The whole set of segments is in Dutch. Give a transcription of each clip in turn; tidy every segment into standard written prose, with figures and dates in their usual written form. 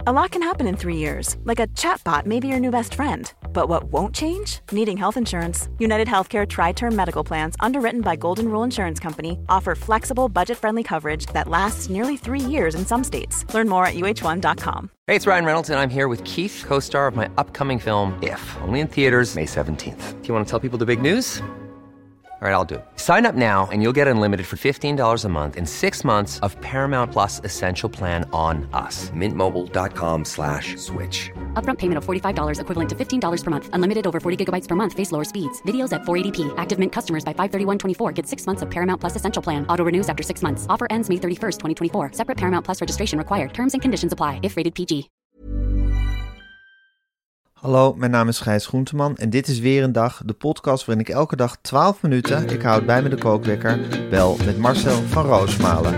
A lot can happen in 3 years, like a chatbot may be your new best friend. But what won't change? Needing health insurance. United Healthcare Tri-Term Medical Plans, underwritten by Golden Rule Insurance Company, offer flexible, budget-friendly coverage that lasts nearly 3 years in some states. Learn more at uh1.com. Hey, it's Ryan Reynolds, and I'm here with Keith, co-star of my upcoming film, If, only in theaters May 17th. Do you want to tell people the big news? All right, I'll do it. Sign up now and you'll get unlimited for $15 a month and 6 months of Paramount Plus Essential Plan on us. MintMobile.com/switch. Upfront payment of $45 equivalent to $15 per month. Unlimited over 40 gigabytes per month. Face lower speeds. Videos at 480p. Active Mint customers by 531.24 get 6 months of Paramount Plus Essential Plan. Auto renews after 6 months. Offer ends May 31st, 2024. Separate Paramount Plus registration required. Terms and conditions apply if rated PG. Hallo, mijn naam is Gijs Groenteman en dit is weer een dag, de podcast waarin ik elke dag 12 minuten, ik houd bij me de kookwekker, bel met Marcel van Roosmalen.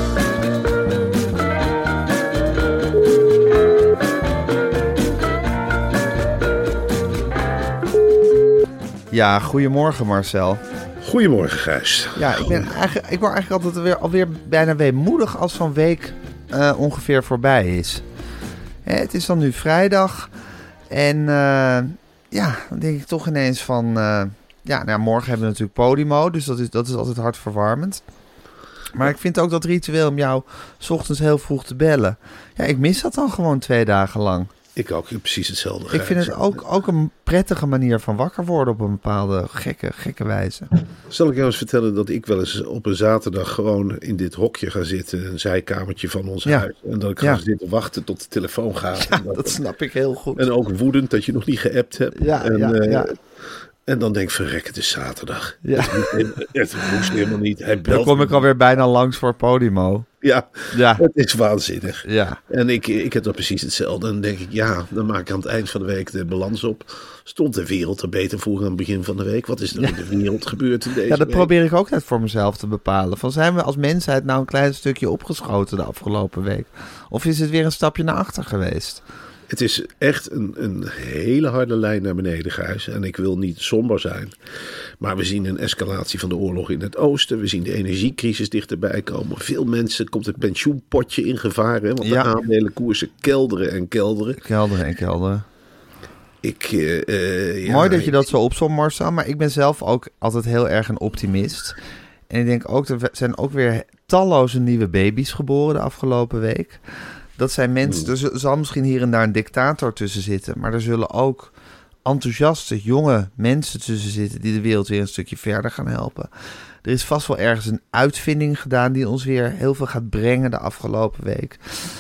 Ja, goedemorgen Marcel. Goedemorgen Gijs. Ja, ik word eigenlijk altijd alweer bijna weemoedig als zo'n week ongeveer voorbij is. Het is dan nu vrijdag. En dan denk ik toch ineens van... morgen hebben we natuurlijk Podimo, dus dat is altijd hartverwarmend. Maar ik vind ook dat ritueel om jou 's ochtends heel vroeg te bellen. Ja, ik mis dat dan gewoon 2 dagen lang. Ik ook, precies hetzelfde. Ik vind het ook een prettige manier van wakker worden op een bepaalde gekke wijze. Zal ik jou eens vertellen dat ik wel eens op een zaterdag gewoon in dit hokje ga zitten, een zijkamertje van ons huis. En dat ik ga zitten wachten tot de telefoon gaat. Ja, dat snap ik heel goed. En ook woedend dat je nog niet geappt hebt. En dan denk ik, verrek, het is zaterdag. Ja. Het moest helemaal niet. Hij belt. Dan kom ik alweer bijna langs voor Podimo. Ja, het is waanzinnig. Ja. En ik heb dat precies hetzelfde. En dan denk ik, dan maak ik aan het eind van de week de balans op. Stond de wereld er beter voor aan het begin van de week? Wat is er in de wereld gebeurd in deze week? Ja, dat probeer ik ook net voor mezelf te bepalen. Van, zijn we als mensheid nou een klein stukje opgeschoten de afgelopen week? Of is het weer een stapje naar achter geweest? Het is echt een hele harde lijn naar beneden, Gijs. En ik wil niet somber zijn. Maar we zien een escalatie van de oorlog in het oosten. We zien de energiecrisis dichterbij komen. Veel mensen komt het pensioenpotje in gevaar. Hè? Want de aandelenkoersen kelderen en kelderen. Mooi dat je dat zo opzomt, Marcel. Maar ik ben zelf ook altijd heel erg een optimist. En ik denk ook, er zijn ook weer talloze nieuwe baby's geboren de afgelopen week. Dat zijn mensen, er zal misschien hier en daar een dictator tussen zitten, maar er zullen ook enthousiaste, jonge mensen tussen zitten die de wereld weer een stukje verder gaan helpen. Er is vast wel ergens een uitvinding gedaan die ons weer heel veel gaat brengen de afgelopen week.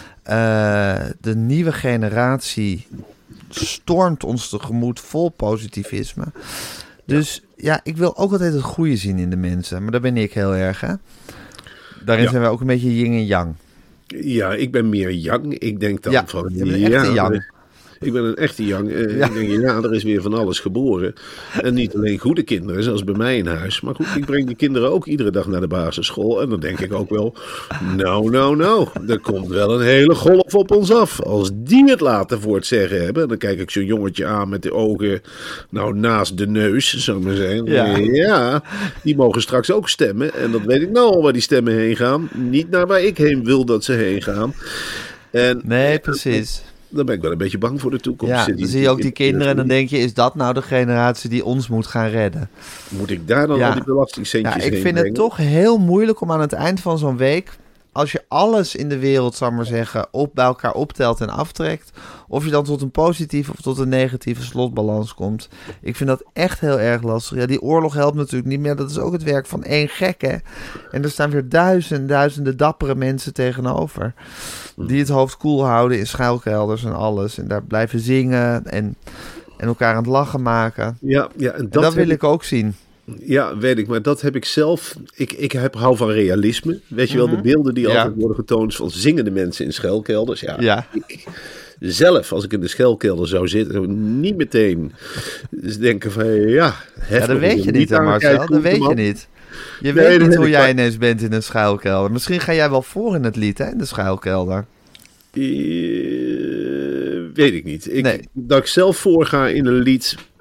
De nieuwe generatie stormt ons tegemoet vol positivisme. Dus ik wil ook altijd het goede zien in de mensen, maar daar ben ik heel erg, hè. Daarin zijn we ook een beetje yin en yang. Ja, ik ben meer yang. Ik denk dan van... je bent een echte yang. Ik ben een echte yang. Ik denk, er is weer van alles geboren. En niet alleen goede kinderen, zoals bij mij in huis. Maar goed, ik breng die kinderen ook iedere dag naar de basisschool. En dan denk ik ook wel, nou. Er komt wel een hele golf op ons af. Als die het later voor het zeggen hebben. Dan kijk ik zo'n jongetje aan met de ogen naast de neus, zou ik maar zeggen. Ja, die mogen straks ook stemmen. En dat weet ik nou al waar die stemmen heen gaan. Niet naar waar ik heen wil dat ze heen gaan. Nee, precies. Dan ben ik wel een beetje bang voor de toekomst. Ja, dan zie je ook die kinderen en dan denk je, is dat nou de generatie die ons moet gaan redden? Moet ik daar dan al die belastingcentjes heen ik vind het toch heel moeilijk om aan het eind van zo'n week, als je alles in de wereld, zal ik maar zeggen, bij elkaar optelt en aftrekt, of je dan tot een positieve of tot een negatieve slotbalans komt. Ik vind dat echt heel erg lastig. Ja, die oorlog helpt natuurlijk niet meer. Dat is ook het werk van één gek, hè. En er staan weer duizenden dappere mensen tegenover, die het hoofd koel houden in schuilkelders en alles. En daar blijven zingen en elkaar aan het lachen maken. Ja, en dat wil ik ook zien. Ja, weet ik, maar dat heb ik zelf. Ik hou van realisme. Weet je wel, de beelden die altijd worden getoond van zingende mensen in schuilkelders. Ja. Zelf, als ik in de schuilkelder zou zitten, niet meteen denken van heftig. Dat weet je niet, Marcel. Dat weet je niet. Je weet niet hoe jij ineens bent in een schuilkelder. Misschien ga jij wel voor in het lied, hè, in de schuilkelder. Weet ik niet. Dat ik zelf voorga in een lied,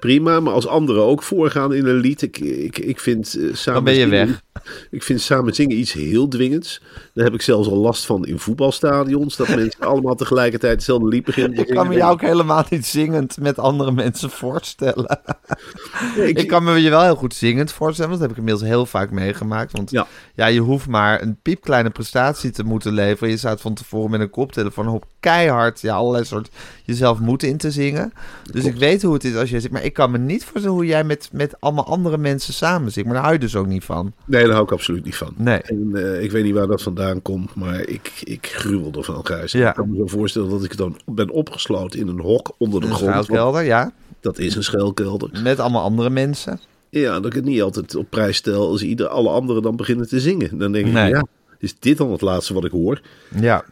prima. Maar als anderen ook voorgaan in een lied, ik vind samen Dan ben je zingen, weg. Ik vind samen zingen iets heel dwingends. Daar heb ik zelfs al last van in voetbalstadions. Dat mensen allemaal tegelijkertijd hetzelfde lied beginnen te Ik zingen. kan me jou ook helemaal niet zingend met andere mensen voorstellen. Nee, Ik kan me je wel heel goed zingend voorstellen, want dat heb ik inmiddels heel vaak meegemaakt. Want ja, je hoeft maar een piepkleine prestatie te moeten leveren. Je staat van tevoren met een koptelefoon op keihard allerlei soort jezelf moeten in te zingen. Dus ik weet hoe het is als je zit. Maar ik kan me niet voorstellen hoe jij met allemaal andere mensen samen zingt. Maar daar hou je dus ook niet van. Nee, daar hou ik absoluut niet van. Nee. En, ik weet niet waar dat vandaan komt, maar ik gruwel ervan, Gijs. Ja. Ik kan me zo voorstellen dat ik dan ben opgesloten in een hok onder de Een grond. schuilkelder, ja. Dat is een schuilkelder. Met allemaal andere mensen. Ja, dat ik het niet altijd op prijs stel als alle anderen dan beginnen te zingen. Dan denk ik, Nee. is dit dan het laatste wat ik hoor? Ja.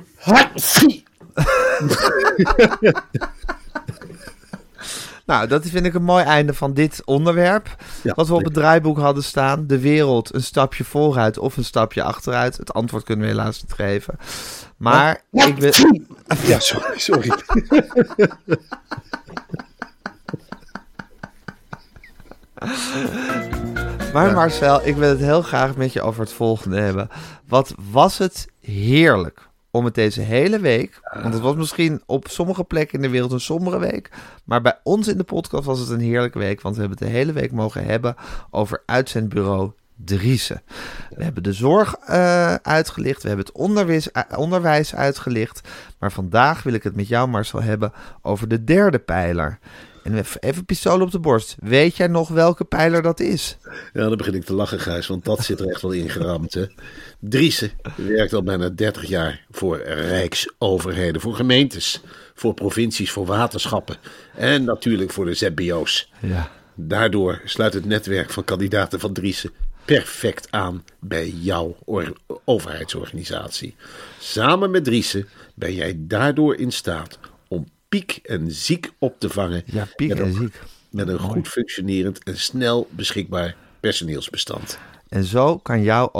Nou, dat vind ik een mooi einde van dit onderwerp. Ja, Wat we op het draaiboek hadden staan. De wereld een stapje vooruit of een stapje achteruit. Het antwoord kunnen we helaas niet geven. Maar ik wil... Ja, sorry. Maar Marcel, ik wil het heel graag met je over het volgende hebben. Wat was het heerlijk om het deze hele week... Want het was misschien op sommige plekken in de wereld een sombere week. Maar bij ons in de podcast was het een heerlijke week. Want we hebben het de hele week mogen hebben over uitzendbureau Driessen. We hebben de zorg uitgelicht. We hebben het onderwijs uitgelicht. Maar vandaag wil ik het met jou, Marcel, hebben over de derde pijler. En even pistool op de borst. Weet jij nog welke pijler dat is? Ja, dan begin ik te lachen, Gijs, want dat zit er echt wel ingeramd. Hè? Driessen werkt al bijna 30 jaar voor rijksoverheden, voor gemeentes, voor provincies, voor waterschappen en natuurlijk voor de ZBO's. Ja. Daardoor sluit het netwerk van kandidaten van Driessen perfect aan bij jouw overheidsorganisatie. Samen met Driessen ben jij daardoor in staat om piek en ziek op te vangen. Ja, piek en ziek. Met een goed functionerend en snel beschikbaar personeelsbestand. En zo kan jouw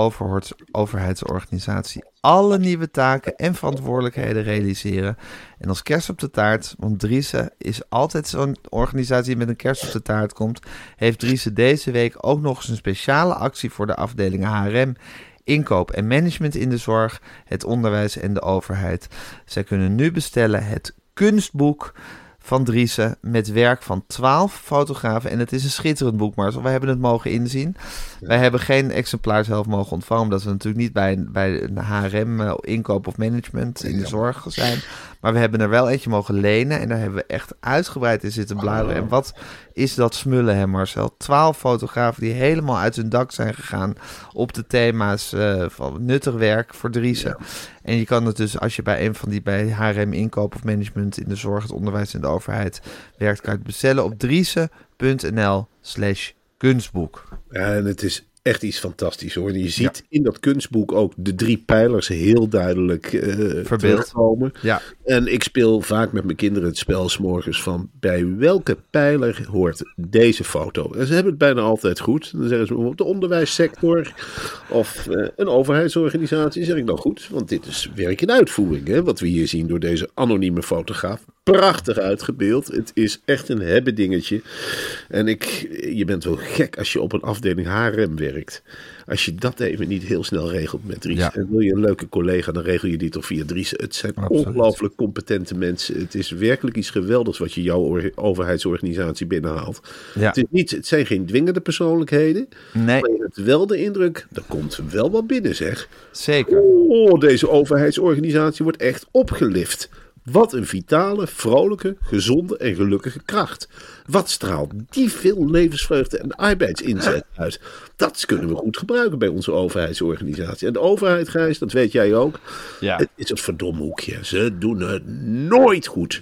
overheidsorganisatie alle nieuwe taken en verantwoordelijkheden realiseren. En als kerst op de taart, want Driessen is altijd zo'n organisatie die met een kerst op de taart komt, heeft Driessen deze week ook nog eens een speciale actie voor de afdelingen HRM, inkoop en management in de zorg, het onderwijs en de overheid. Zij kunnen nu bestellen het kunstboek van Driessen met werk van 12 fotografen. En het is een schitterend boek, Marcel. Wij hebben het mogen inzien. Ja. Wij hebben geen exemplaar zelf mogen ontvangen, omdat we natuurlijk niet bij een HRM inkoop of management in de zorg zijn. Maar we hebben er wel eentje mogen lenen en daar hebben we echt uitgebreid in zitten bladeren. En wat is dat smullen, hè Marcel? 12 fotografen die helemaal uit hun dak zijn gegaan op de thema's van nuttig werk voor Driessen. Ja. En je kan het dus, als je bij een van die bij HRM inkoop of management in de zorg, het onderwijs en de overheid werkt, kan je het bestellen op driessen.nl/kunstboek. Ja, en het is echt iets fantastisch hoor. Je ziet in dat kunstboek ook de 3 pijlers heel duidelijk terugkomen. Ja. En ik speel vaak met mijn kinderen het spel 's morgens van bij welke pijler hoort deze foto. En ze hebben het bijna altijd goed. Dan zeggen ze bijvoorbeeld de onderwijssector of een overheidsorganisatie. Dan zeg ik nou goed, want dit is werk in uitvoering. Hè, wat we hier zien door deze anonieme fotograaf. Prachtig uitgebeeld. Het is echt een hebbedingetje. En je bent wel gek als je op een afdeling HRM werkt. Als je dat even niet heel snel regelt met Driessen. Ja. En wil je een leuke collega, dan regel je die toch via Driessen. Het zijn ongelooflijk competente mensen. Het is werkelijk iets geweldigs wat je jouw overheidsorganisatie binnenhaalt. Ja. Het zijn geen dwingende persoonlijkheden. Nee. Maar je hebt wel de indruk, er komt wel wat binnen zeg. Zeker. Oh, deze overheidsorganisatie wordt echt opgelift. Wat een vitale, vrolijke, gezonde en gelukkige kracht. Wat straalt die veel levensvreugde en arbeidsinzet uit. Dat kunnen we goed gebruiken bij onze overheidsorganisatie. En de overheid, Gijs, dat weet jij ook. Ja. Het is een verdomme hoekje. Ze doen het nooit goed.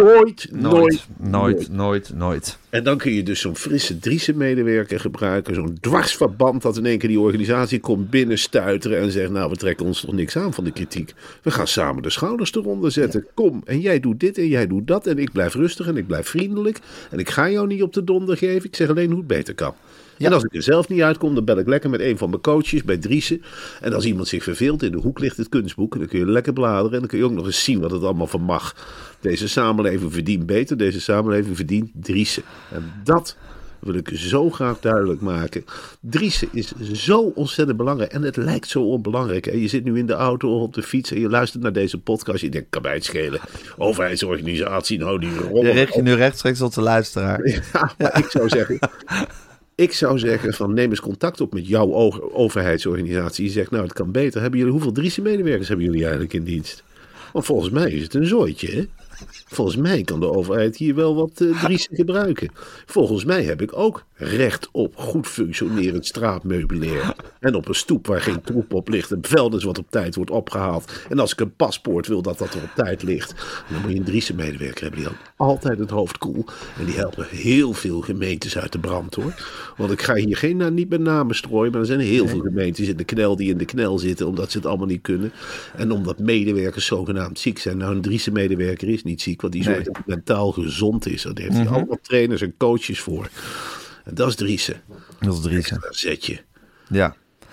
Nooit. En dan kun je dus zo'n frisse Driessen-medewerker gebruiken. Zo'n dwarsverband dat in één keer die organisatie komt binnenstuiteren en zegt, nou, we trekken ons toch niks aan van de kritiek. We gaan samen de schouders eronder zetten. Kom, en jij doet dit en jij doet dat. En ik blijf rustig en ik blijf vriendelijk. En ik ga jou niet op de donder geven. Ik zeg alleen hoe het beter kan. Ja. En als ik er zelf niet uitkom, dan bel ik lekker met een van mijn coaches bij Driessen. En als iemand zich verveelt, in de hoek ligt het kunstboek. En dan kun je lekker bladeren en dan kun je ook nog eens zien wat het allemaal van mag. Deze samenleving verdient beter, deze samenleving verdient Driessen. En dat wil ik zo graag duidelijk maken. Driessen is zo ontzettend belangrijk. En het lijkt zo onbelangrijk. Hè? Je zit nu in de auto of op de fiets en je luistert naar deze podcast. Je denkt, kan mij het schelen. Overheidsorganisatie, nou die rollen. Je richt je nu rechtstreeks tot de luisteraar. Ja, maar ik zou zeggen van neem eens contact op met jouw overheidsorganisatie. Je zegt, nou het kan beter. Hoeveel Driessen medewerkers hebben jullie eigenlijk in dienst? Want volgens mij is het een zooitje, hè? Volgens mij kan de overheid hier wel wat Driessen gebruiken. Volgens mij heb ik ook recht op goed functionerend straatmeubilair. En op een stoep waar geen troep op ligt. Een vuilnis wat op tijd wordt opgehaald. En als ik een paspoort wil dat er op tijd ligt. Dan moet je een Driessen medewerker hebben. Die dan altijd het hoofd koel. En die helpen heel veel gemeentes uit de brand hoor. Want ik ga hier niet met namen strooien. Maar er zijn heel veel gemeentes in de knel die in de knel zitten. Omdat ze het allemaal niet kunnen. En omdat medewerkers zogenaamd ziek zijn. Nou een Driessen medewerker is niet ziek. Want die zorgt dat hij mentaal gezond is. Daar heeft hij allemaal trainers en coaches voor. En dat is Driessen. Dat is Driessen. Dat zet je. Ja.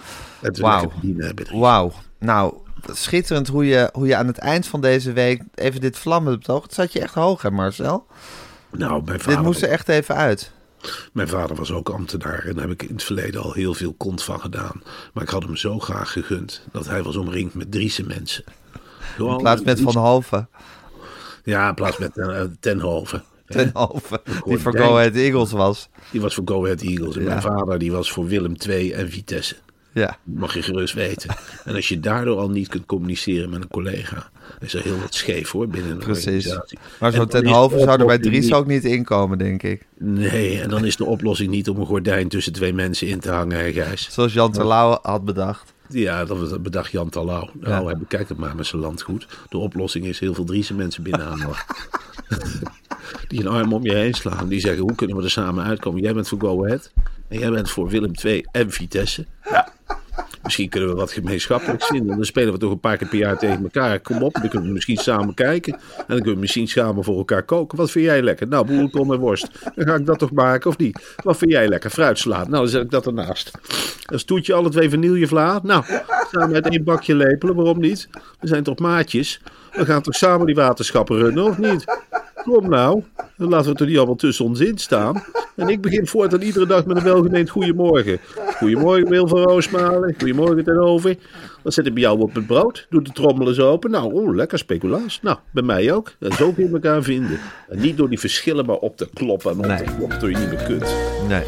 Wauw. Nou, schitterend hoe je aan het eind van deze week even dit vlammen betoog. Het zat je echt hoog, hè Marcel? Nou, mijn vader... Dit moest er echt even uit. Mijn vader was ook ambtenaar en daar heb ik in het verleden al heel veel kont van gedaan. Maar ik had hem zo graag gegund dat hij was omringd met Driessen mensen. In plaats met Van Halve. Ja, in plaats met Tenhoven. Tenhoven, die voor Go Ahead Eagles was. Die was voor Go Ahead Eagles. En mijn vader die was voor Willem II en Vitesse. Ja. Mag je gerust weten. En als je daardoor al niet kunt communiceren met een collega, is er heel wat scheef hoor binnen een organisatie. Maar zo'n Tenhoven zou er bij Driessen ook niet inkomen, denk ik. Nee, en dan is de oplossing niet om een gordijn tussen twee mensen in te hangen, hè, Gijs. Zoals Jan Terlouw had bedacht. Ja, dat bedacht Jan Terlouw. Nou, hij bekijkt het maar met zijn landgoed. De oplossing is heel veel Driessen mensen binnenhalen. Die een arm om je heen slaan. Die zeggen, hoe kunnen we er samen uitkomen? Jij bent voor Go Ahead. En jij bent voor Willem II en Vitesse. Ja. Misschien kunnen we wat gemeenschappelijks vinden. Dan spelen we toch een paar keer per jaar tegen elkaar. Kom op, dan kunnen we misschien samen kijken. En dan kunnen we misschien samen voor elkaar koken. Wat vind jij lekker? Nou, boerenkom en worst. Dan ga ik dat toch maken, of niet? Wat vind jij lekker? Fruitsla. Nou, dan zet ik dat ernaast. Een stoetje, alle twee vanillevla. Nou, samen uit één bakje lepelen. Waarom niet? We zijn toch maatjes? We gaan toch samen die waterschappen runnen, of niet? Kom nou, dan laten we toch niet allemaal tussen ons in staan. En ik begin voortaan iedere dag met een welgemeend goedemorgen. Goedemorgen Wil van Roosmalen, goedemorgen Tenhoven. Wat zet ik bij jou op het brood? Doe de trommel eens open. Nou, lekker speculaas. Nou, bij mij ook. En zo kun je elkaar vinden. En niet door die verschillen maar op te kloppen en op te kloppen door je niet meer kunt. Nee.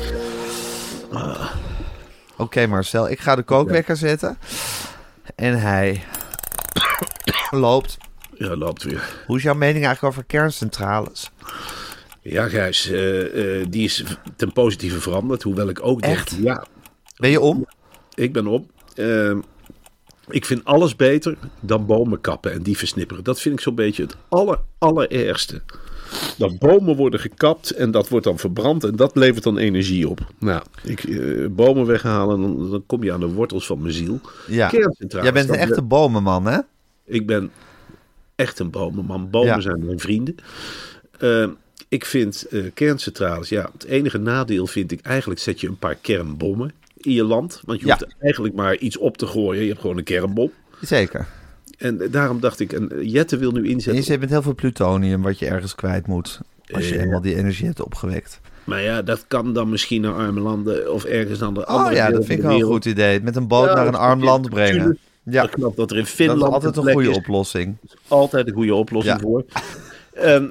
Oké, Marcel, ik ga de kookwekker zetten. En hij loopt. Ja, loopt weer. Hoe is jouw mening eigenlijk over kerncentrales? Ja, Gijs, die is ten positieve veranderd. Hoewel ik ook denk, ja. Ben je om? Ik ben om. Ik vind alles beter dan bomen kappen en die versnipperen. Dat vind ik zo'n beetje het allerergste. Dat bomen worden gekapt en dat wordt dan verbrand en dat levert dan energie op. Nou, bomen weghalen, dan kom je aan de wortels van mijn ziel. Ja. Jij bent een echte bomenman, hè? Ik ben echt een bomenman. Bomen zijn mijn vrienden. Ik vind kerncentrales, het enige nadeel vind ik eigenlijk zet je een paar kernbommen in je land. Want je hoeft eigenlijk maar iets op te gooien. Je hebt gewoon een kernbom. Zeker. En daarom dacht ik, en Jette wil nu inzetten. En je zit met heel veel plutonium wat je ergens kwijt moet. Als je eenmaal die energie hebt opgewekt. Maar ja, dat kan dan misschien naar arme landen of ergens aan de andere ja, dat vind ik wel een goed idee. Met een boot naar een arm land brengen. Ja, ik snap dat er in Finland. Dat is altijd een goede oplossing. Er is altijd een goede oplossing voor. En,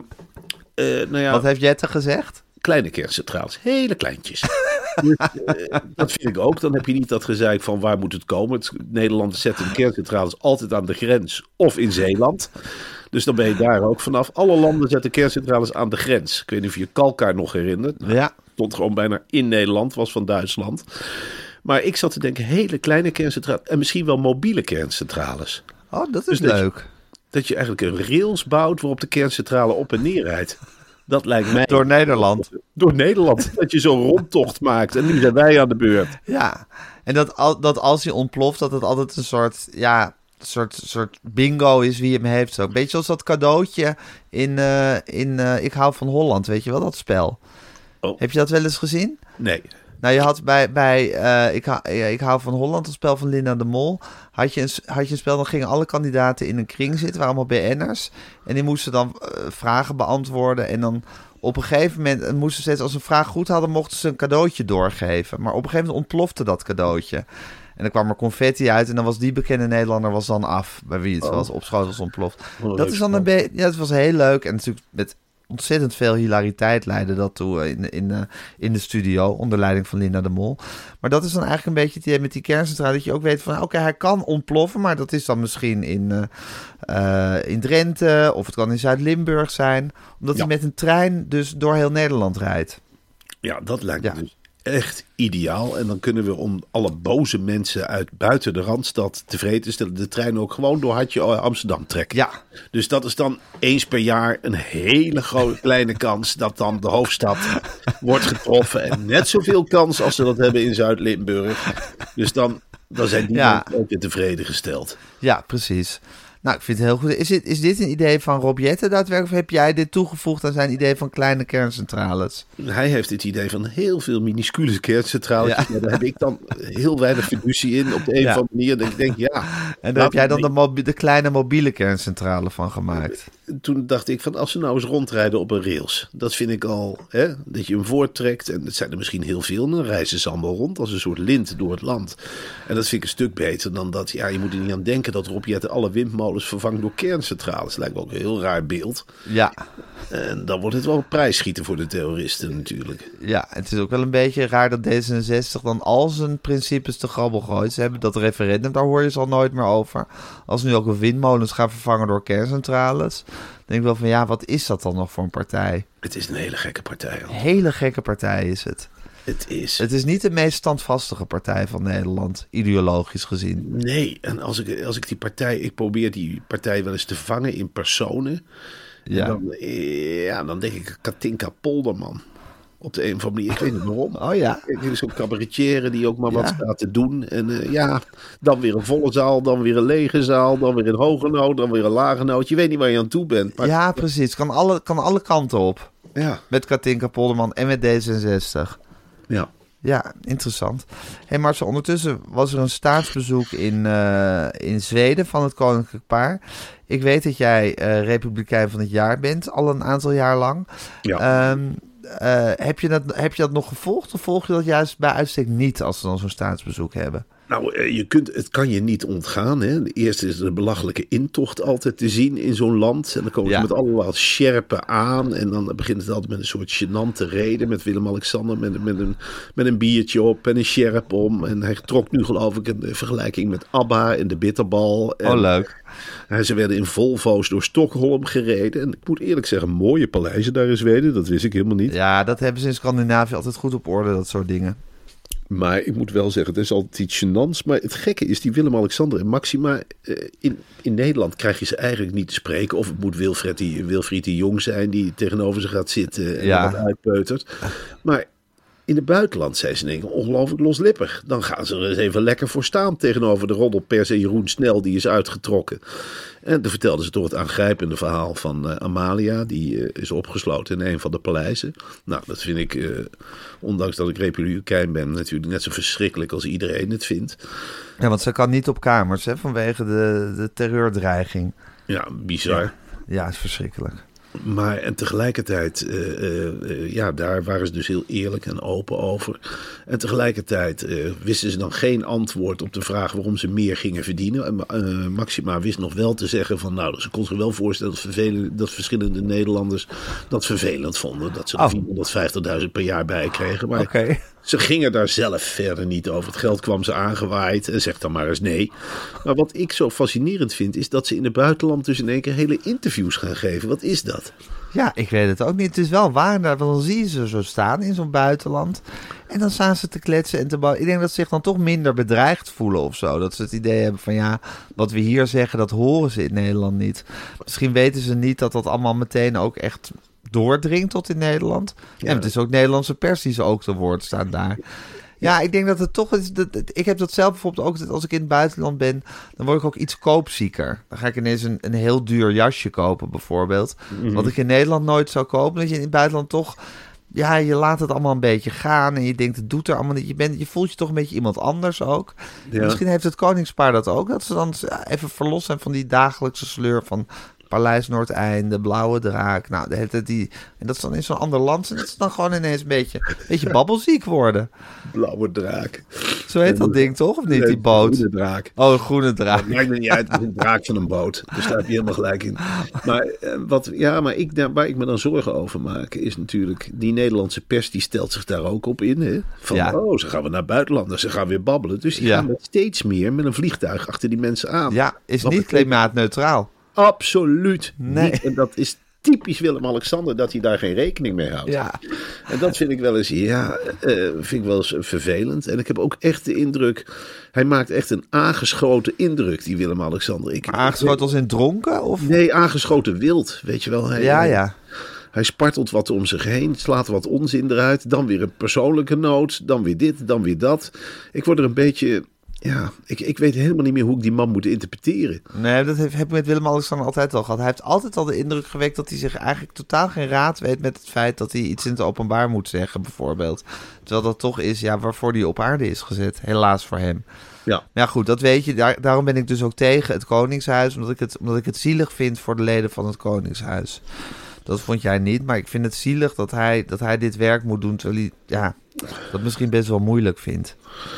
wat heeft Jette gezegd? Kleine kerncentrales, hele kleintjes. Dus, dat vind ik ook. Dan heb je niet dat gezeik van waar moet het komen. Nederlanders zetten de kerncentrales altijd aan de grens of in Zeeland. Dus dan ben je daar ook vanaf. Alle landen zetten kerncentrales aan de grens. Ik weet niet of je Kalkar nog herinnert. Nou, stond gewoon bijna in Nederland, was van Duitsland. Maar ik zat te denken, hele kleine kerncentrales en misschien wel mobiele kerncentrales. Oh, dat is dus leuk. Dat je eigenlijk een rails bouwt waarop de kerncentrale op en neer rijdt. Dat lijkt mij... Door Nederland. Door Nederland. Dat je zo'n rondtocht maakt. En nu zijn wij aan de beurt. Ja. En dat als hij ontploft, dat het altijd een soort bingo is wie hem heeft. Zo. Beetje zoals dat cadeautje in Ik hou van Holland. Weet je wel, dat spel. Oh. Heb je dat wel eens gezien? Nee. Nou, je had ik hou van Holland, het spel van Linda de Mol. Had je een spel, dan gingen alle kandidaten in een kring zitten, waren allemaal BN'ers. En die moesten dan vragen beantwoorden. En dan op een gegeven moment moesten steeds, als ze een vraag goed hadden, mochten ze een cadeautje doorgeven. Maar op een gegeven moment ontplofte dat cadeautje. En dan kwam er confetti uit en dan was die bekende Nederlander was dan af. Bij wie het zoals op schoot was ontploft. Dat is dan een beetje, ja, het was heel leuk. En natuurlijk met ontzettend veel hilariteit leidde dat toe in de studio, onder leiding van Linda de Mol. Maar dat is dan eigenlijk een beetje het idee met die kerncentrale, dat je ook weet van, oké, hij kan ontploffen, maar dat is dan misschien in Drenthe, of het kan in Zuid-Limburg zijn, omdat hij met een trein dus door heel Nederland rijdt. Ja, dat lijkt me dus echt ideaal. En dan kunnen we om alle boze mensen uit buiten de Randstad tevreden te stellen, de trein ook gewoon door Hartje Amsterdam trekken. Ja. Dus dat is dan eens per jaar een hele kleine kans dat dan de hoofdstad wordt getroffen. En net zoveel kans als ze dat hebben in Zuid-Limburg. Dus dan zijn die mensen ook weer tevreden gesteld. Ja, precies. Nou, ik vind het heel goed. Is dit een idee van Rob Jetten daadwerkelijk? Of heb jij dit toegevoegd aan zijn idee van kleine kerncentrales? Hij heeft het idee van heel veel minuscule kerncentrales. Ja. Maar daar heb ik dan heel weinig fiducie in op de een of andere manier. Dat ik denk, En daar heb jij dan de kleine mobiele kerncentrale van gemaakt? Toen dacht ik van, als ze nou eens rondrijden op een rails. Dat vind ik al, dat je hem voorttrekt. En het zijn er misschien heel veel. En dan reizen ze allemaal rond als een soort lint door het land. En dat vind ik een stuk beter dan dat, je moet er niet aan denken dat Rob Jetten alle windmolens vervangt door kerncentrales. Lijkt me ook een heel raar beeld. Ja. En dan wordt het wel een prijsschieten voor de terroristen natuurlijk. Ja, het is ook wel een beetje raar dat D66 dan al zijn principes te grabbel gooit. Ze hebben dat referendum, daar hoor je ze al nooit meer over. Als nu ook de windmolens gaan vervangen door kerncentrales, dan denk ik wel van, wat is dat dan nog voor een partij? Het is een hele gekke partij. Een hele gekke partij is het. Het is niet de meest standvastige partij van Nederland, ideologisch gezien. Nee, en als ik die partij, ik probeer die partij wel eens te vangen in personen. Ja. Dan denk ik Katinka Polderman. Op de een of andere manier, ik weet niet waarom. Oh ja. Ik vind zo'n cabaretier die ook maar wat staat te doen. En dan weer een volle zaal, dan weer een lege zaal, dan weer een hoge noot, dan weer een lage noot. Je weet niet waar je aan toe bent. Maar ja, precies. Kan alle kanten op. Ja. Met Katinka Polderman en met D66. Ja. Ja, interessant. Hey Marcel, ondertussen was er een staatsbezoek in Zweden van het koninklijk paar. Ik weet dat jij Republikein van het jaar bent, al een aantal jaar lang. Ja. Heb je dat nog gevolgd of volg je dat juist bij uitstek niet als ze dan zo'n staatsbezoek hebben? Nou, het kan je niet ontgaan. Hè. Eerst is er een belachelijke intocht altijd te zien in zo'n land. En dan komen ze met allemaal sjerpen aan. En dan begint het altijd met een soort gênante reden. Met Willem-Alexander met een biertje op en een sjerp om. En hij trok nu geloof ik een vergelijking met ABBA en de bitterbal. En leuk. Ze werden in Volvo's door Stockholm gereden. En ik moet eerlijk zeggen, mooie paleizen daar in Zweden. Dat wist ik helemaal niet. Ja, dat hebben ze in Scandinavië altijd goed op orde, dat soort dingen. Maar ik moet wel zeggen, het is altijd iets gênants. Maar het gekke is, die Willem-Alexander en Maxima, in Nederland krijg je ze eigenlijk niet te spreken. Of het moet Wilfried de Jong zijn die tegenover ze gaat zitten en wat uitpeutert. Maar in het buitenland zijn ze in één keer ongelooflijk loslippig. Dan gaan ze er eens even lekker voor staan tegenover de roddelpers en Jeroen Snel, die is uitgetrokken. En dan vertelden ze toch het aangrijpende verhaal van Amalia. Die is opgesloten in een van de paleizen. Nou, dat vind ik, ondanks dat ik republikein ben, natuurlijk net zo verschrikkelijk als iedereen het vindt. Ja, want ze kan niet op kamers, hè, vanwege de terreurdreiging. Ja, bizar. Ja, is verschrikkelijk. Maar en tegelijkertijd, daar waren ze dus heel eerlijk en open over. En tegelijkertijd wisten ze dan geen antwoord op de vraag waarom ze meer gingen verdienen. En Maxima wist nog wel te zeggen van, nou, ze kon zich wel voorstellen dat verschillende Nederlanders dat vervelend vonden. Dat ze er 450.000 per jaar bij kregen. Maar ze gingen daar zelf verder niet over. Het geld kwam ze aangewaaid en zegt dan maar eens nee. Maar wat ik zo fascinerend vind, is dat ze in het buitenland dus in één keer hele interviews gaan geven. Wat is dat? Ja, ik weet het ook niet. Het is wel waar, want dan zie je ze zo staan in zo'n buitenland. En dan staan ze te kletsen en te bouwen. Ik denk dat ze zich dan toch minder bedreigd voelen of zo. Dat ze het idee hebben van wat we hier zeggen, dat horen ze in Nederland niet. Misschien weten ze niet dat dat allemaal meteen ook echt doordringt tot in Nederland. Ja. En het is ook Nederlandse pers die ze ook te woord staan daar. Ja, ik denk dat het toch is. Ik heb dat zelf bijvoorbeeld ook. Als ik in het buitenland ben, dan word ik ook iets koopzieker. Dan ga ik ineens een heel duur jasje kopen, bijvoorbeeld. Mm-hmm. Wat ik in Nederland nooit zou kopen. Dat je in het buitenland toch ja, je laat het allemaal een beetje gaan en je denkt, het doet er allemaal niet. Je voelt je toch een beetje iemand anders ook. Ja. Misschien heeft het koningspaar dat ook, dat ze dan even verlost zijn van die dagelijkse sleur van Paleis Noordeinde, Blauwe Draak. Nou, en dat is dan in zo'n ander land en dat ze dan gewoon ineens een beetje babbelziek worden. Blauwe Draak. Zo heet dat ding toch, of niet, die boot? Groene draak. Oh, een groene draak. Het maakt me niet uit, het is een draak van een boot. Dus daar heb je helemaal gelijk in. Maar, waar ik me dan zorgen over maak, is natuurlijk, die Nederlandse pers, die stelt zich daar ook op in. Hè? Van, ze gaan we naar buitenlanders, ze gaan weer babbelen. Dus die gaan met steeds meer met een vliegtuig achter die mensen aan. Ja, is niet klimaatneutraal. Absoluut nee. Niet. En dat is typisch Willem-Alexander dat hij daar geen rekening mee houdt. Ja. En dat vind ik wel eens, vervelend. En ik heb ook echt de indruk, hij maakt echt een aangeschoten indruk, die Willem-Alexander. Aangeschoten als in dronken? Of? Nee, aangeschoten wild, weet je wel. Hij spartelt wat om zich heen, slaat wat onzin eruit, dan weer een persoonlijke noot, dan weer dit, dan weer dat. Ik word er een beetje... Ja, ik weet helemaal niet meer hoe ik die man moet interpreteren. Nee, dat heb ik met Willem-Alexander altijd al gehad. Hij heeft altijd al de indruk gewekt dat hij zich eigenlijk totaal geen raad weet met het feit dat hij iets in het openbaar moet zeggen, bijvoorbeeld. Terwijl dat toch is, waarvoor hij op aarde is gezet. Helaas voor hem. Ja. Maar ja, goed, dat weet je. Daarom ben ik dus ook tegen het Koningshuis, omdat ik het zielig vind voor de leden van het Koningshuis. Dat vond jij niet, maar ik vind het zielig dat hij dit werk moet doen, terwijl hij dat misschien best wel moeilijk vindt.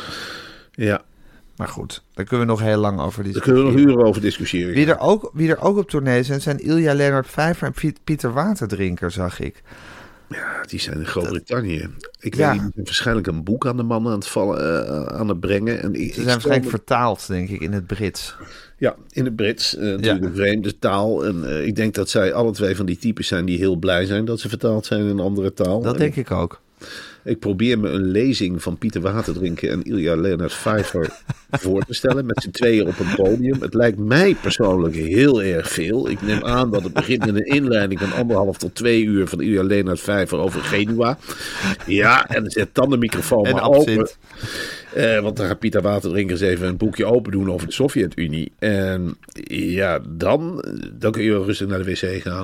Ja. Maar goed, daar kunnen we nog heel lang over discussiëren. Daar kunnen we nog uren over discussiëren. Wie er ook op tournee zijn Ilja Leonard Vijver en Pieter Waterdrinker, zag ik. Ja, die zijn in Groot-Brittannië. Ik weet niet, die zijn waarschijnlijk een boek aan de man aan het brengen. En ze zijn waarschijnlijk vertaald, denk ik, in het Brits. Ja, in het Brits. Natuurlijk een vreemde taal. En ik denk dat zij alle twee van die types zijn die heel blij zijn dat ze vertaald zijn in een andere taal. Dat denk ik ook. Ik probeer me een lezing van Pieter Waterdrinker en Ilja Leonard Vijver voor te stellen. Met z'n tweeën op een podium. Het lijkt mij persoonlijk heel erg veel. Ik neem aan dat het begint met een inleiding van 1,5 tot 2 uur van Ilja Leonard Vijver over Genua. Ja, en dan zet dan de microfoon en maar open. Want dan gaat Pieter Waterdrinker eens even een boekje open doen over de Sovjet-Unie. En dan kun je rustig naar de wc gaan.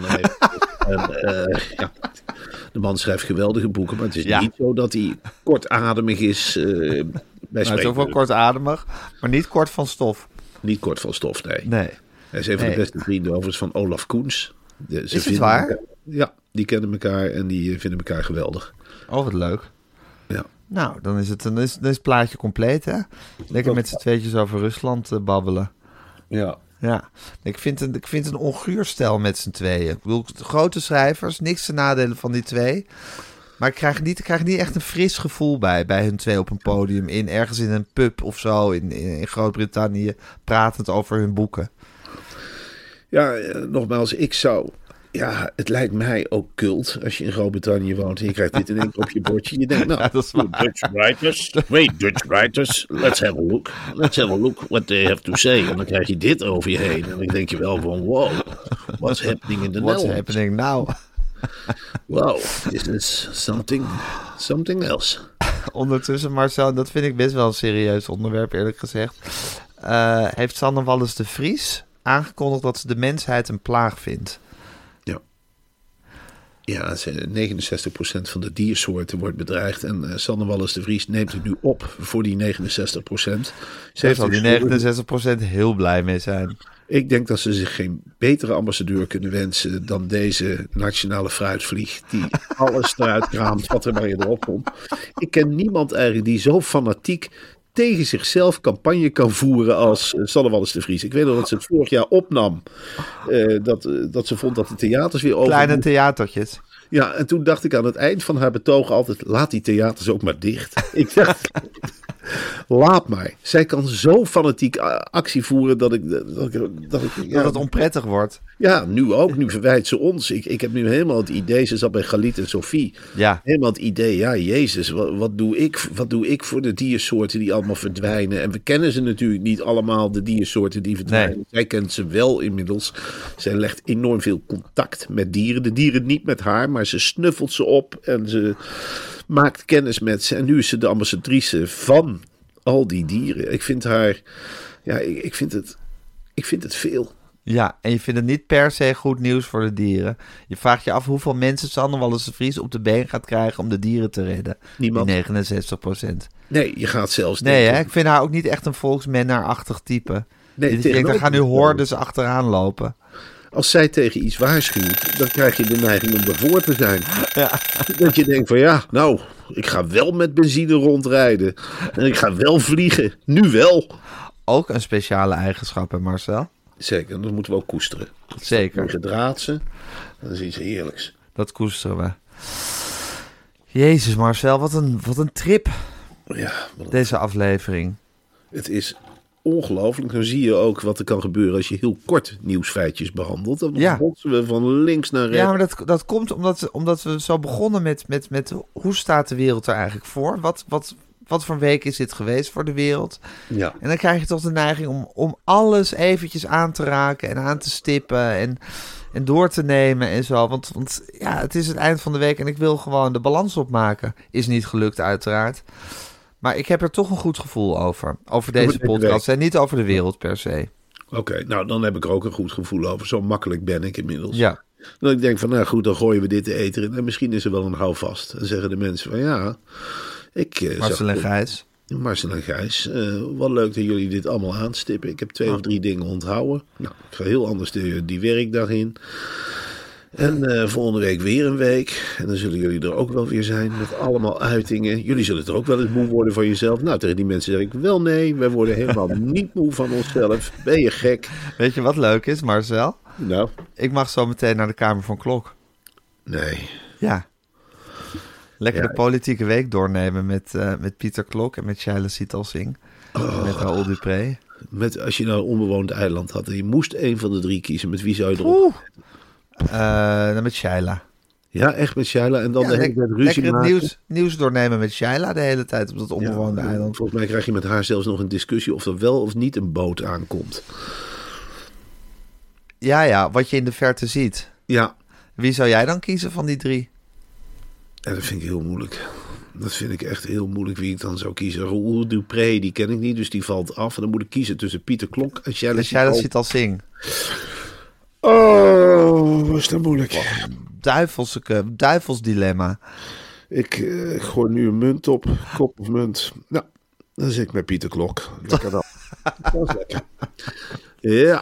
De man schrijft geweldige boeken, maar het is niet zo dat hij kortademig is bij spreken. Het is ook wel kortademig, maar niet kort van stof. Niet kort van stof, nee. Hij is een van de beste vrienden overigens van Olaf Koens. Is het waar? Ja, die kennen elkaar en die vinden elkaar geweldig. Oh, wat leuk. Ja. Nou, dan is het plaatje compleet, hè? Lekker met z'n tweetjes over Rusland babbelen. Ja. Ja, ik vind een onguur stel met z'n tweeën. Ik bedoel, grote schrijvers, niks te nadelen van die twee. Maar ik krijg niet echt een fris gevoel bij hun twee op een podium. Ergens in een pub of zo in Groot-Brittannië, pratend over hun boeken. Ja, nogmaals, het lijkt mij ook cult als je in Groot-Brittannië woont en je krijgt dit in één keer op je bordje. Je denkt, dat is waar. Dutch writers, let's have a look what they have to say. En dan krijg je dit over je heen en dan denk je wel van, wow, what's happening in the Netherlands? What's happening now? Wow, this is something else. Ondertussen, Marcel, dat vind ik best wel een serieus onderwerp, eerlijk gezegd. Heeft Sanne Wallis de Vries aangekondigd dat ze de mensheid een plaag vindt? Ja, 69% van de diersoorten wordt bedreigd. En Sanne Wallis de Vries neemt het nu op voor die 69%. Ze zal die 69% heel blij mee zijn. Ik denk dat ze zich geen betere ambassadeur kunnen wensen dan deze nationale fruitvlieg. Die alles eruit kraamt wat er maar in erop komt. Ik ken niemand eigenlijk die zo fanatiek tegen zichzelf campagne kan voeren als Sanne Wallis de Vries. Ik weet nog dat ze het vorig jaar opnam. Dat ze vond dat de theaters weer open. Kleine theatertjes. Ja, en toen dacht ik aan het eind van haar betoog altijd, laat die theaters ook maar dicht. Ik dacht, laat maar. Zij kan zo fanatiek actie voeren dat het onprettig wordt. Ja, nu ook. Nu verwijt ze ons. Ik heb nu helemaal het idee, ze zat bij Galit en Sophie. Ja. Helemaal het idee, Jezus, wat doe ik voor de diersoorten die allemaal verdwijnen? En we kennen ze natuurlijk niet allemaal, de diersoorten die verdwijnen. Nee. Zij kent ze wel inmiddels. Zij legt enorm veel contact met dieren. De dieren niet met haar, maar ze snuffelt ze op en ze maakt kennis met ze. En nu is ze de ambassadrice van al die dieren. Ik vind haar, ik vind het veel. Ja, en je vindt het niet per se goed nieuws voor de dieren. Je vraagt je af hoeveel mensen Sander Wallis de Vries op de been gaat krijgen om de dieren te redden. Niemand. Die 69%. Nee, je gaat zelfs... Nee, hè? Ik vind haar ook niet echt een volksmenner-achtig type. Nee, daar gaan nu hordes achteraan lopen. Als zij tegen iets waarschuwt, dan krijg je de neiging om ervoor te zijn. Ja. Dat je denkt van ik ga wel met benzine rondrijden. En ik ga wel vliegen. Nu wel. Ook een speciale eigenschap, hè Marcel? Zeker, dat moeten we ook koesteren. Zeker. Gedraad ze, dat is iets heerlijks. Dat koesteren we. Jezus Marcel, wat een trip. Ja, deze aflevering. Het is ongelooflijk. Dan zie je ook wat er kan gebeuren als je heel kort nieuwsfeitjes behandelt. Dan botsen we van links naar rechts. Ja, maar dat komt omdat we zo begonnen met hoe staat de wereld er eigenlijk voor? Wat voor week is dit geweest voor de wereld? Ja. En dan krijg je toch de neiging om alles eventjes aan te raken en aan te stippen en door te nemen en zo. Want het is het eind van de week en ik wil gewoon de balans opmaken. Is niet gelukt uiteraard. Maar ik heb er toch een goed gevoel over deze podcast en niet over de wereld per se. Oké, nou dan heb ik er ook een goed gevoel over. Zo makkelijk ben ik inmiddels. Ja. Dan ik denk van goed, dan gooien we dit de eter in. En misschien is er wel een houvast. Dan zeggen de mensen van Marcel en Gijs. Marcel en Gijs, wat leuk dat jullie dit allemaal aanstippen. Ik heb 2 of 3 dingen onthouden. Nou, ik ga heel anders die werkdag in. En volgende week weer een week. En dan zullen jullie er ook wel weer zijn met allemaal uitingen. Jullie zullen er ook wel eens moe worden van jezelf. Nou, tegen die mensen zeg ik wel nee. Wij worden helemaal niet moe van onszelf. Ben je gek? Weet je wat leuk is, Marcel? Nou? Ik mag zo meteen naar de Kamer van Klok. Nee. Ja. Lekker de politieke week doornemen met Pieter Klok en met Shaila Sitalsing. Met Raoul Dupré. Als je nou een onbewoond eiland had en je moest een van de 3 kiezen, met wie zou je erop? Met Shaila. Ja, echt met Shaila. En dan de hele tijd ruzie lekker maken. het nieuws doornemen met Shaila de hele tijd op dat onbewoonde eiland. Volgens mij krijg je met haar zelfs nog een discussie of er wel of niet een boot aankomt. Ja, wat je in de verte ziet. Ja. Wie zou jij dan kiezen van die 3? Ja, dat vind ik heel moeilijk. Dat vind ik echt heel moeilijk wie ik dan zou kiezen. Raoul Dupré, die ken ik niet, dus die valt af. En dan moet ik kiezen tussen Pieter Klok en Shaila Sitalsing. Oh, was dat moeilijk. Duivels dilemma. Ik gooi nu een munt op, kop of munt. Nou, dan zit ik met Pieter Klok. Lekker dan. Dat is lekker. Ja.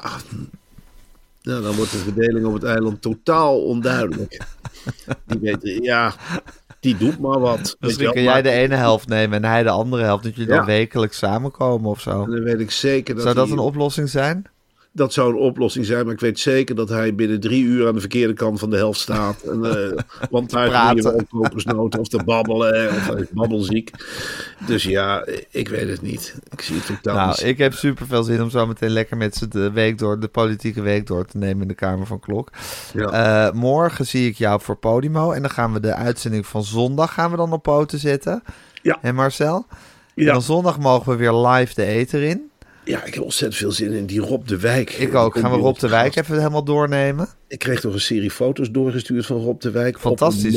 Nou, dan wordt de verdeling op het eiland totaal onduidelijk. Die weet, die doet maar wat. Misschien kun jij de ene helft nemen en hij de andere helft. Dat jullie dan wekelijks samenkomen of zo. En dan weet ik zeker dat Zou dat een oplossing zijn? Dat zou een oplossing zijn, maar ik weet zeker dat hij binnen 3 uur aan de verkeerde kant van de helft staat. En, want daar moet je wel kopersnoten of te babbelen, of hij is babbelziek. Dus ik weet het niet. Ik zie het totaal niet. Ik heb super veel zin om zo meteen lekker met z'n de politieke week door te nemen in de Kamer van Klok. Ja. Morgen zie ik jou voor Podimo en dan gaan we de uitzending van zondag op poten zetten. Ja. En Marcel? Ja. En dan zondag mogen we weer live de ether in. Ja, ik heb ontzettend veel zin in die Rob de Wijk. Ik ook. Gaan we Rob de Wijk even helemaal doornemen? Ik kreeg toch een serie foto's doorgestuurd van Rob de Wijk. Fantastisch,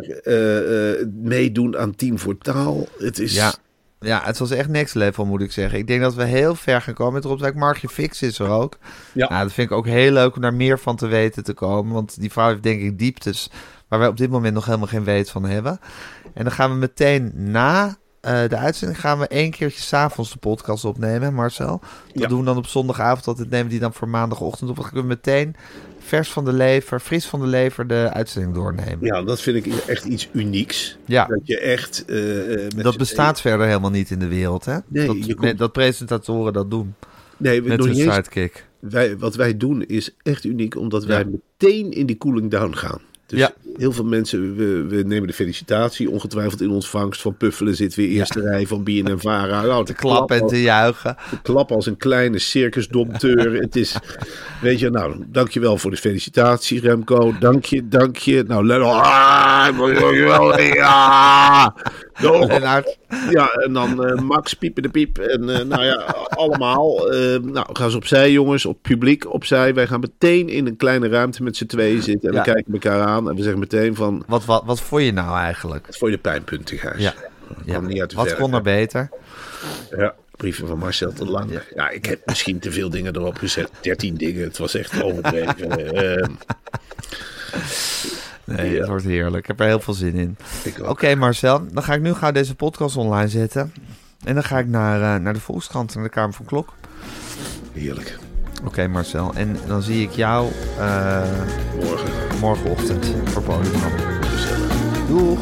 hè? Meedoen aan Team voor Taal. Het is... Ja, het was echt next level, moet ik zeggen. Ik denk dat we heel ver gaan komen met Rob de Wijk. Margje Fix is er ook. Ja. Nou, dat vind ik ook heel leuk om daar meer van te weten te komen. Want die vrouw heeft denk ik dieptes waar wij op dit moment nog helemaal geen weet van hebben. En dan gaan we meteen na de uitzending gaan we 1 keertje 's avonds de podcast opnemen, Marcel. Dat doen we dan op zondagavond, dat nemen we die dan voor maandagochtend op. Dan kunnen we meteen fris van de lever de uitzending doornemen. Ja, dat vind ik echt iets unieks. Ja. Dat je echt... dat bestaat verder helemaal niet in de wereld, hè? Nee, dat presentatoren dat doen. Nee, met hun sidekick. Wat wij doen is echt uniek, omdat wij meteen in die cooling down gaan. Dus heel veel mensen, we nemen de felicitatie ongetwijfeld in ontvangst. Van Puffelen zit weer eerste rij van BNNVARA. Nou, te klappen en te juichen. Te klappen als een kleine circusdompteur. Het is, weet je, nou, dankjewel voor de felicitatie, Remco. Dank je. Nou, ja, en dan Max, piepen de piep. En allemaal. Nou, gaan ze opzij, jongens. Op publiek opzij. Wij gaan meteen in een kleine ruimte met z'n tweeën zitten. En we kijken elkaar aan. En we zeggen meteen van... Wat vond je nou eigenlijk? Wat vond je de pijnpunten, Gijs? Ja. Niet uit de wat verf, kon er beter? Ja. Brieven van Marcel te lang. Ja, ik heb misschien te veel dingen erop gezet. 13 dingen, het was echt overdreven. Nee, het wordt heerlijk. Ik heb er heel veel zin in. Oké, Marcel, dan ga ik nu gauw deze podcast online zetten. En dan ga ik naar de Volkskrant, naar de Kamer van Klok. Heerlijk. Oké, Marcel. En dan zie ik jou morgenochtend voor Polygram. Doeg.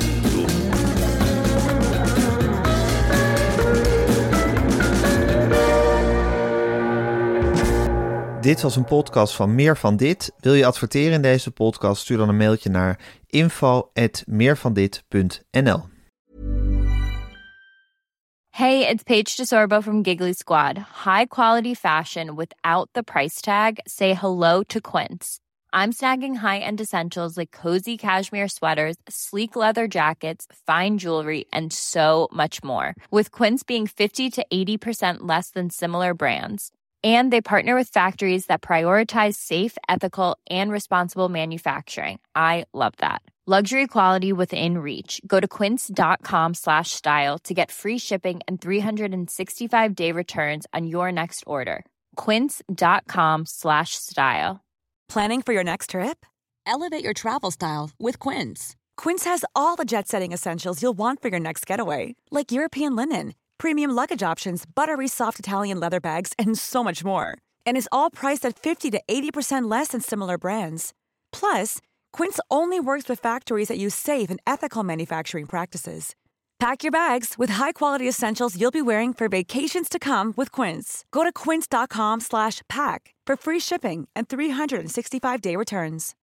Dit was een podcast van Meer van Dit. Wil je adverteren in deze podcast? Stuur dan een mailtje naar info@meervandit.nl. Hey, it's Paige DeSorbo from Giggly Squad. High quality fashion without the price tag. Say hello to Quince. I'm snagging high-end essentials like cozy cashmere sweaters, sleek leather jackets, fine jewelry, and so much more. With Quince being 50 to 80% less than similar brands. And they partner with factories that prioritize safe, ethical, and responsible manufacturing. I love that. Luxury quality within reach. Go to quince.com/style to get free shipping and 365-day returns on your next order. Quince.com/style. Planning for your next trip? Elevate your travel style with Quince. Quince has all the jet-setting essentials you'll want for your next getaway, like European linen, premium luggage options, buttery soft Italian leather bags, and so much more. And is all priced at 50 to 80% less than similar brands. Plus, Quince only works with factories that use safe and ethical manufacturing practices. Pack your bags with high-quality essentials you'll be wearing for vacations to come with Quince. Go to quince.com/pack for free shipping and 365-day returns.